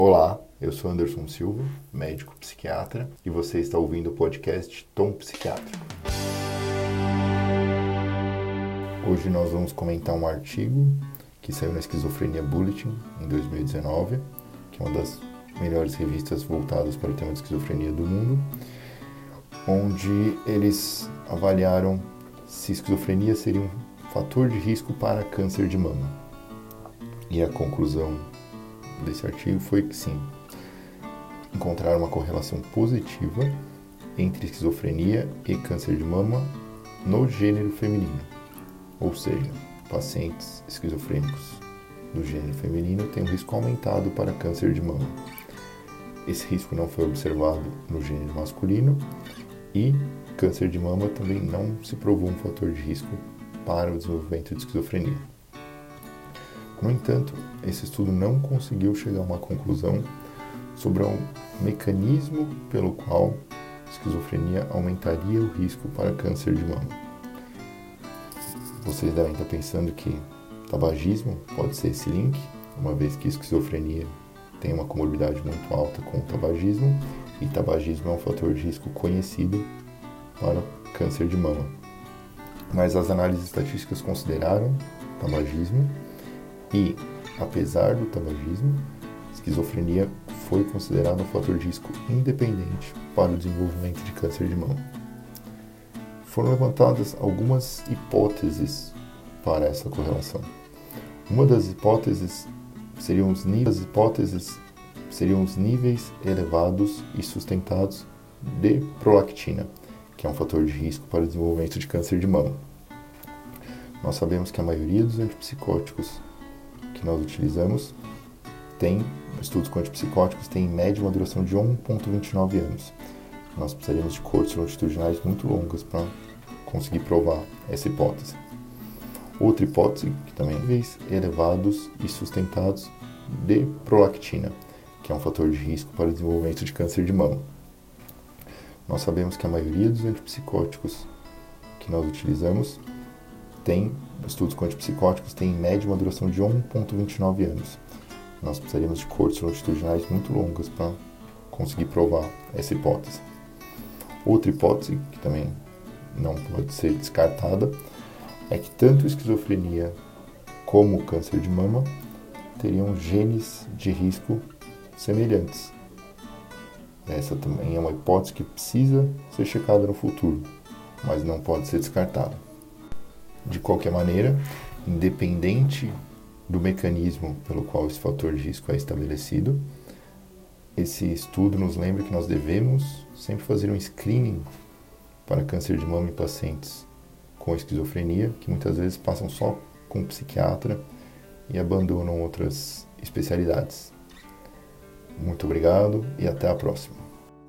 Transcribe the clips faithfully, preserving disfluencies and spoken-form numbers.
Olá, eu sou Anderson Silva, médico psiquiatra, e você está ouvindo o podcast Tom Psiquiátrico. Hoje nós vamos comentar um artigo que saiu na Schizophrenia Bulletin em dois mil e dezenove, que é uma das melhores revistas voltadas para o tema de esquizofrenia do mundo, onde eles avaliaram se esquizofrenia seria um fator de risco para câncer de mama. E a conclusão desse artigo foi que sim, encontraram uma correlação positiva entre esquizofrenia e câncer de mama no gênero feminino. Ou seja, pacientes esquizofrênicos do gênero feminino têm um risco aumentado para câncer de mama. Esse risco não foi observado no gênero masculino e câncer de mama também não se provou um fator de risco para o desenvolvimento de esquizofrenia. No entanto, esse estudo não conseguiu chegar a uma conclusão sobre o mecanismo pelo qual a esquizofrenia aumentaria o risco para câncer de mama. Vocês devem estar pensando que tabagismo pode ser esse link, uma vez que a esquizofrenia tem uma comorbidade muito alta com o tabagismo, e tabagismo é um fator de risco conhecido para câncer de mama. Mas as análises estatísticas consideraram tabagismo e, apesar do tabagismo, esquizofrenia foi considerada um fator de risco independente para o desenvolvimento de câncer de mama. Foram levantadas algumas hipóteses para essa correlação. Uma das hipóteses seriam os níveis, hipóteses seriam os níveis elevados e sustentados de prolactina, que é um fator de risco para o desenvolvimento de câncer de mama. Nós sabemos que a maioria dos antipsicóticos que nós utilizamos tem, estudos com antipsicóticos têm em média uma duração de um vírgula vinte e nove anos. Nós precisaríamos de cortes longitudinais muito longas para conseguir provar essa hipótese. Outra hipótese, que também é níveis elevados e sustentados de prolactina, que é um fator de risco para o desenvolvimento de câncer de mama. Nós sabemos que a maioria dos antipsicóticos que nós utilizamos tem, estudos com antipsicóticos têm em média uma duração de um vírgula vinte e nove anos. Nós precisaríamos de cortes longitudinais muito longas para conseguir provar essa hipótese. Outra hipótese, que também não pode ser descartada, é que tanto a esquizofrenia como o câncer de mama teriam genes de risco semelhantes. Essa também é uma hipótese que precisa ser checada no futuro, mas não pode ser descartada. De qualquer maneira, independente do mecanismo pelo qual esse fator de risco é estabelecido, esse estudo nos lembra que nós devemos sempre fazer um screening para câncer de mama em pacientes com esquizofrenia, que muitas vezes passam só com um psiquiatra e abandonam outras especialidades. Muito obrigado e até a próxima.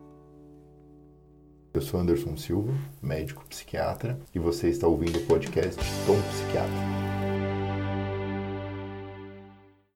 Eu sou Anderson Silva, médico psiquiatra, e você está ouvindo o podcast Tom Psiquiátrico.